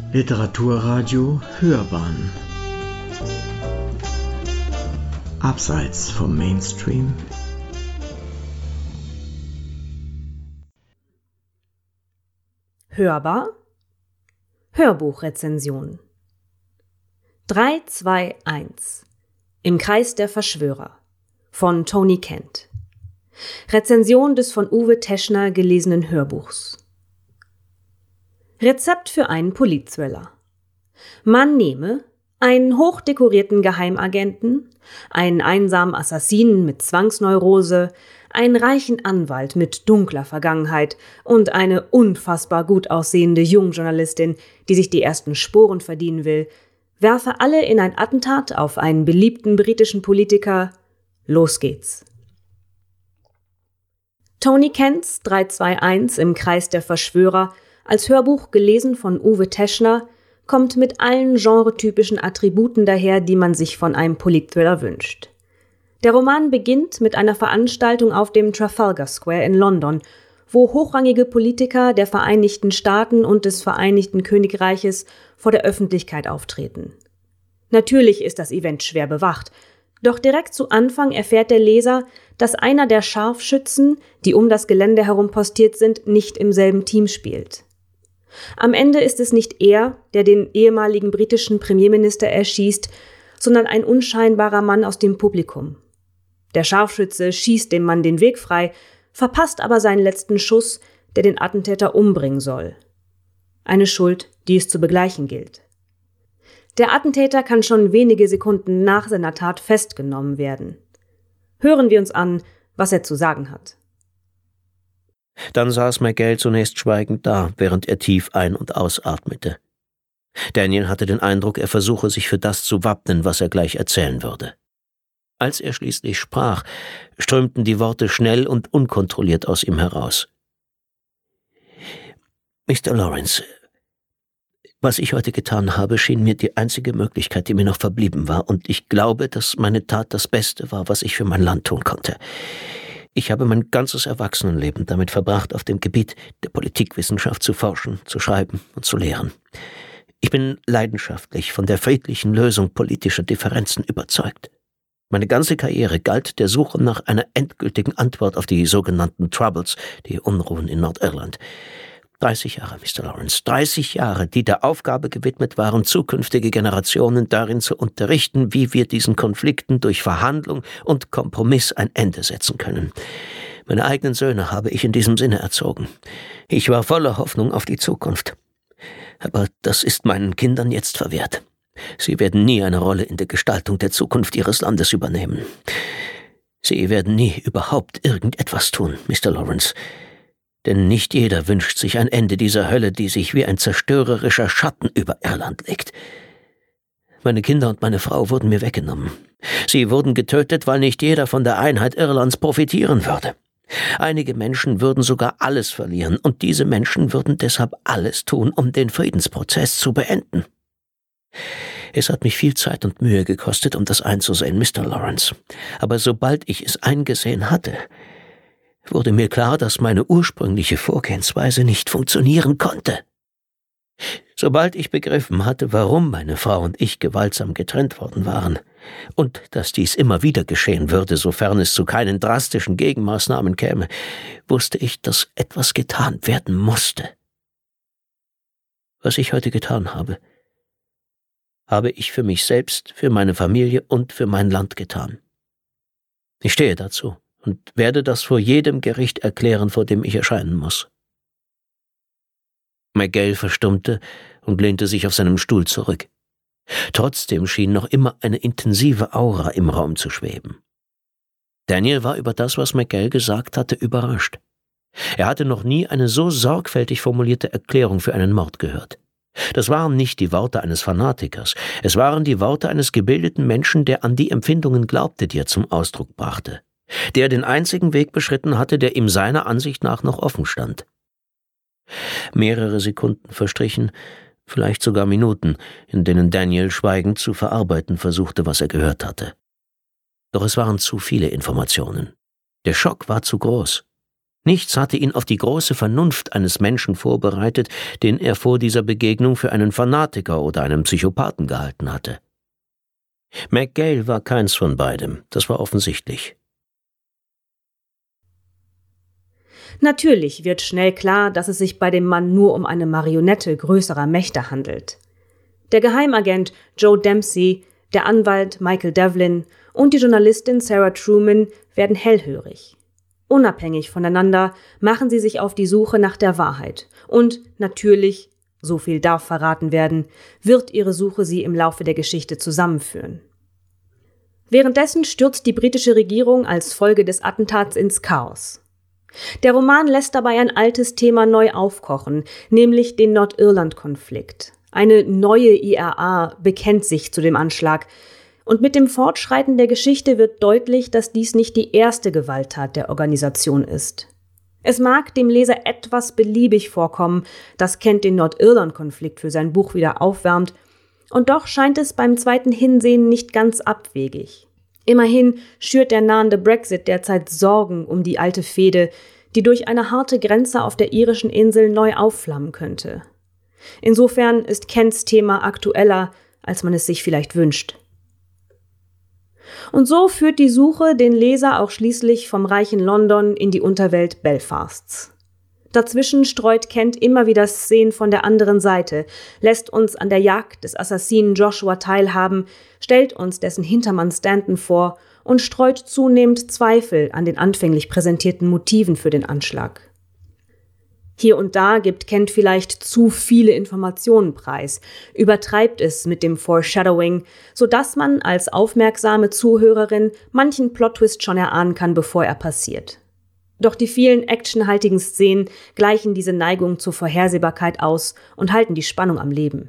Literaturradio Hörbahn Abseits vom Mainstream. Hörbar Hörbuchrezension 321 Im Kreis der Verschwörer von Tony Kent. Rezension des von Uwe Teschner gelesenen Hörbuchs. Rezept für einen Politthriller. Man nehme einen hochdekorierten Geheimagenten, einen einsamen Assassinen mit Zwangsneurose, einen reichen Anwalt mit dunkler Vergangenheit und eine unfassbar gut aussehende Jungjournalistin, die sich die ersten Sporen verdienen will, werfe alle in ein Attentat auf einen beliebten britischen Politiker. Los geht's. Tony Kents 321 im Kreis der Verschwörer, als Hörbuch gelesen von Uwe Teschner, kommt mit allen genretypischen Attributen daher, die man sich von einem Politthriller wünscht. Der Roman beginnt mit einer Veranstaltung auf dem Trafalgar Square in London, wo hochrangige Politiker der Vereinigten Staaten und des Vereinigten Königreiches vor der Öffentlichkeit auftreten. Natürlich ist das Event schwer bewacht, doch direkt zu Anfang erfährt der Leser, dass einer der Scharfschützen, die um das Gelände herum postiert sind, nicht im selben Team spielt. Am Ende ist es nicht er, der den ehemaligen britischen Premierminister erschießt, sondern ein unscheinbarer Mann aus dem Publikum. Der Scharfschütze schießt dem Mann den Weg frei, verpasst aber seinen letzten Schuss, der den Attentäter umbringen soll. Eine Schuld, die es zu begleichen gilt. Der Attentäter kann schon wenige Sekunden nach seiner Tat festgenommen werden. Hören wir uns an, was er zu sagen hat. Dann saß McGill zunächst schweigend da, während er tief ein- und ausatmete. Daniel hatte den Eindruck, er versuche sich für das zu wappnen, was er gleich erzählen würde. Als er schließlich sprach, strömten die Worte schnell und unkontrolliert aus ihm heraus. Mr. Lawrence, was ich heute getan habe, schien mir die einzige Möglichkeit, die mir noch verblieben war, und ich glaube, dass meine Tat das Beste war, was ich für mein Land tun konnte. Ich habe mein ganzes Erwachsenenleben damit verbracht, auf dem Gebiet der Politikwissenschaft zu forschen, zu schreiben und zu lehren. Ich bin leidenschaftlich von der friedlichen Lösung politischer Differenzen überzeugt. Meine ganze Karriere galt der Suche nach einer endgültigen Antwort auf die sogenannten Troubles, die Unruhen in Nordirland. 30 Jahre, Mr. Lawrence, 30 Jahre, die der Aufgabe gewidmet waren, zukünftige Generationen darin zu unterrichten, wie wir diesen Konflikten durch Verhandlung und Kompromiss ein Ende setzen können. Meine eigenen Söhne habe ich in diesem Sinne erzogen. Ich war voller Hoffnung auf die Zukunft. Aber das ist meinen Kindern jetzt verwehrt. Sie werden nie eine Rolle in der Gestaltung der Zukunft ihres Landes übernehmen. Sie werden nie überhaupt irgendetwas tun, Mr. Lawrence. Denn nicht jeder wünscht sich ein Ende dieser Hölle, die sich wie ein zerstörerischer Schatten über Irland legt. Meine Kinder und meine Frau wurden mir weggenommen. Sie wurden getötet, weil nicht jeder von der Einheit Irlands profitieren würde. Einige Menschen würden sogar alles verlieren, und diese Menschen würden deshalb alles tun, um den Friedensprozess zu beenden. Es hat mich viel Zeit und Mühe gekostet, um das einzusehen, Mr. Lawrence. Aber sobald ich es eingesehen hatte, wurde mir klar, dass meine ursprüngliche Vorgehensweise nicht funktionieren konnte. Sobald ich begriffen hatte, warum meine Frau und ich gewaltsam getrennt worden waren und dass dies immer wieder geschehen würde, sofern es zu keinen drastischen Gegenmaßnahmen käme, wusste ich, dass etwas getan werden musste. Was ich heute getan habe, habe ich für mich selbst, für meine Familie und für mein Land getan. Ich stehe dazu und werde das vor jedem Gericht erklären, vor dem ich erscheinen muss. McGill verstummte und lehnte sich auf seinem Stuhl zurück. Trotzdem schien noch immer eine intensive Aura im Raum zu schweben. Daniel war über das, was McGill gesagt hatte, überrascht. Er hatte noch nie eine so sorgfältig formulierte Erklärung für einen Mord gehört. Das waren nicht die Worte eines Fanatikers, es waren die Worte eines gebildeten Menschen, der an die Empfindungen glaubte, die er zum Ausdruck brachte, der den einzigen Weg beschritten hatte, der ihm seiner Ansicht nach noch offen stand. Mehrere Sekunden verstrichen, vielleicht sogar Minuten, in denen Daniel schweigend zu verarbeiten versuchte, was er gehört hatte. Doch es waren zu viele Informationen. Der Schock war zu groß. Nichts hatte ihn auf die große Vernunft eines Menschen vorbereitet, den er vor dieser Begegnung für einen Fanatiker oder einen Psychopathen gehalten hatte. McGale war keins von beidem, das war offensichtlich. Natürlich wird schnell klar, dass es sich bei dem Mann nur um eine Marionette größerer Mächte handelt. Der Geheimagent Joe Dempsey, der Anwalt Michael Devlin und die Journalistin Sarah Truman werden hellhörig. Unabhängig voneinander machen sie sich auf die Suche nach der Wahrheit. Und natürlich, so viel darf verraten werden, wird ihre Suche sie im Laufe der Geschichte zusammenführen. Währenddessen stürzt die britische Regierung als Folge des Attentats ins Chaos. Der Roman lässt dabei ein altes Thema neu aufkochen, nämlich den Nordirland-Konflikt. Eine neue IRA bekennt sich zu dem Anschlag. Und mit dem Fortschreiten der Geschichte wird deutlich, dass dies nicht die erste Gewalttat der Organisation ist. Es mag dem Leser etwas beliebig vorkommen, dass Kent den Nordirland-Konflikt für sein Buch wieder aufwärmt, und doch scheint es beim zweiten Hinsehen nicht ganz abwegig. Immerhin schürt der nahende Brexit derzeit Sorgen um die alte Fehde, die durch eine harte Grenze auf der irischen Insel neu aufflammen könnte. Insofern ist Kents Thema aktueller, als man es sich vielleicht wünscht. Und so führt die Suche den Leser auch schließlich vom reichen London in die Unterwelt Belfasts. Dazwischen streut Kent immer wieder Szenen von der anderen Seite, lässt uns an der Jagd des Assassinen Joshua teilhaben, stellt uns dessen Hintermann Stanton vor und streut zunehmend Zweifel an den anfänglich präsentierten Motiven für den Anschlag. Hier und da gibt Kent vielleicht zu viele Informationen preis, übertreibt es mit dem Foreshadowing, sodass man als aufmerksame Zuhörerin manchen Plot-Twist schon erahnen kann, bevor er passiert. Doch die vielen actionhaltigen Szenen gleichen diese Neigung zur Vorhersehbarkeit aus und halten die Spannung am Leben.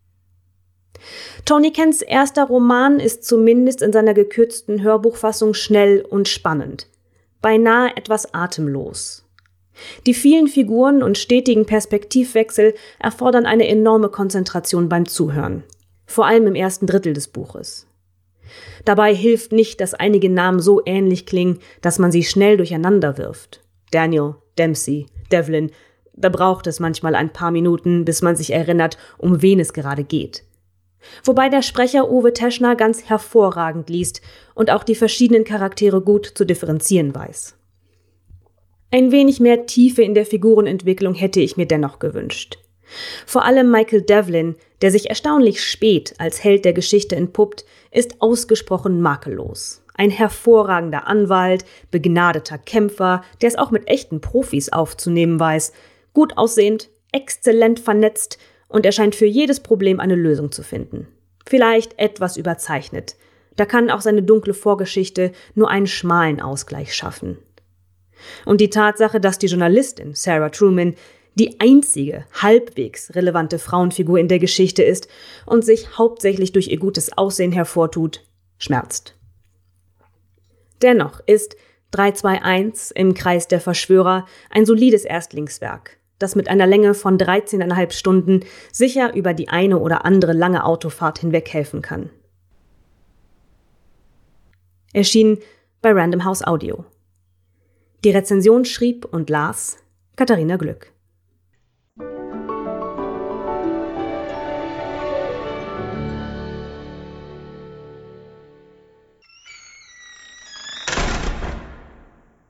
Tony Kents erster Roman ist zumindest in seiner gekürzten Hörbuchfassung schnell und spannend, beinahe etwas atemlos. Die vielen Figuren und stetigen Perspektivwechsel erfordern eine enorme Konzentration beim Zuhören, vor allem im ersten Drittel des Buches. Dabei hilft nicht, dass einige Namen so ähnlich klingen, dass man sie schnell durcheinander wirft. Daniel, Dempsey, Devlin, da braucht es manchmal ein paar Minuten, bis man sich erinnert, um wen es gerade geht. Wobei der Sprecher Uwe Teschner ganz hervorragend liest und auch die verschiedenen Charaktere gut zu differenzieren weiß. Ein wenig mehr Tiefe in der Figurenentwicklung hätte ich mir dennoch gewünscht. Vor allem Michael Devlin, der sich erstaunlich spät als Held der Geschichte entpuppt, ist ausgesprochen makellos. Ein hervorragender Anwalt, begnadeter Kämpfer, der es auch mit echten Profis aufzunehmen weiß, gut aussehend, exzellent vernetzt und er scheint für jedes Problem eine Lösung zu finden. Vielleicht etwas überzeichnet. Da kann auch seine dunkle Vorgeschichte nur einen schmalen Ausgleich schaffen. Und die Tatsache, dass die Journalistin Sarah Truman die einzige halbwegs relevante Frauenfigur in der Geschichte ist und sich hauptsächlich durch ihr gutes Aussehen hervortut, schmerzt. Dennoch ist 321 im Kreis der Verschwörer ein solides Erstlingswerk, das mit einer Länge von 13,5 Stunden sicher über die eine oder andere lange Autofahrt hinweg helfen kann. Erschien bei Random House Audio. Die Rezension schrieb und las Katharina Glück.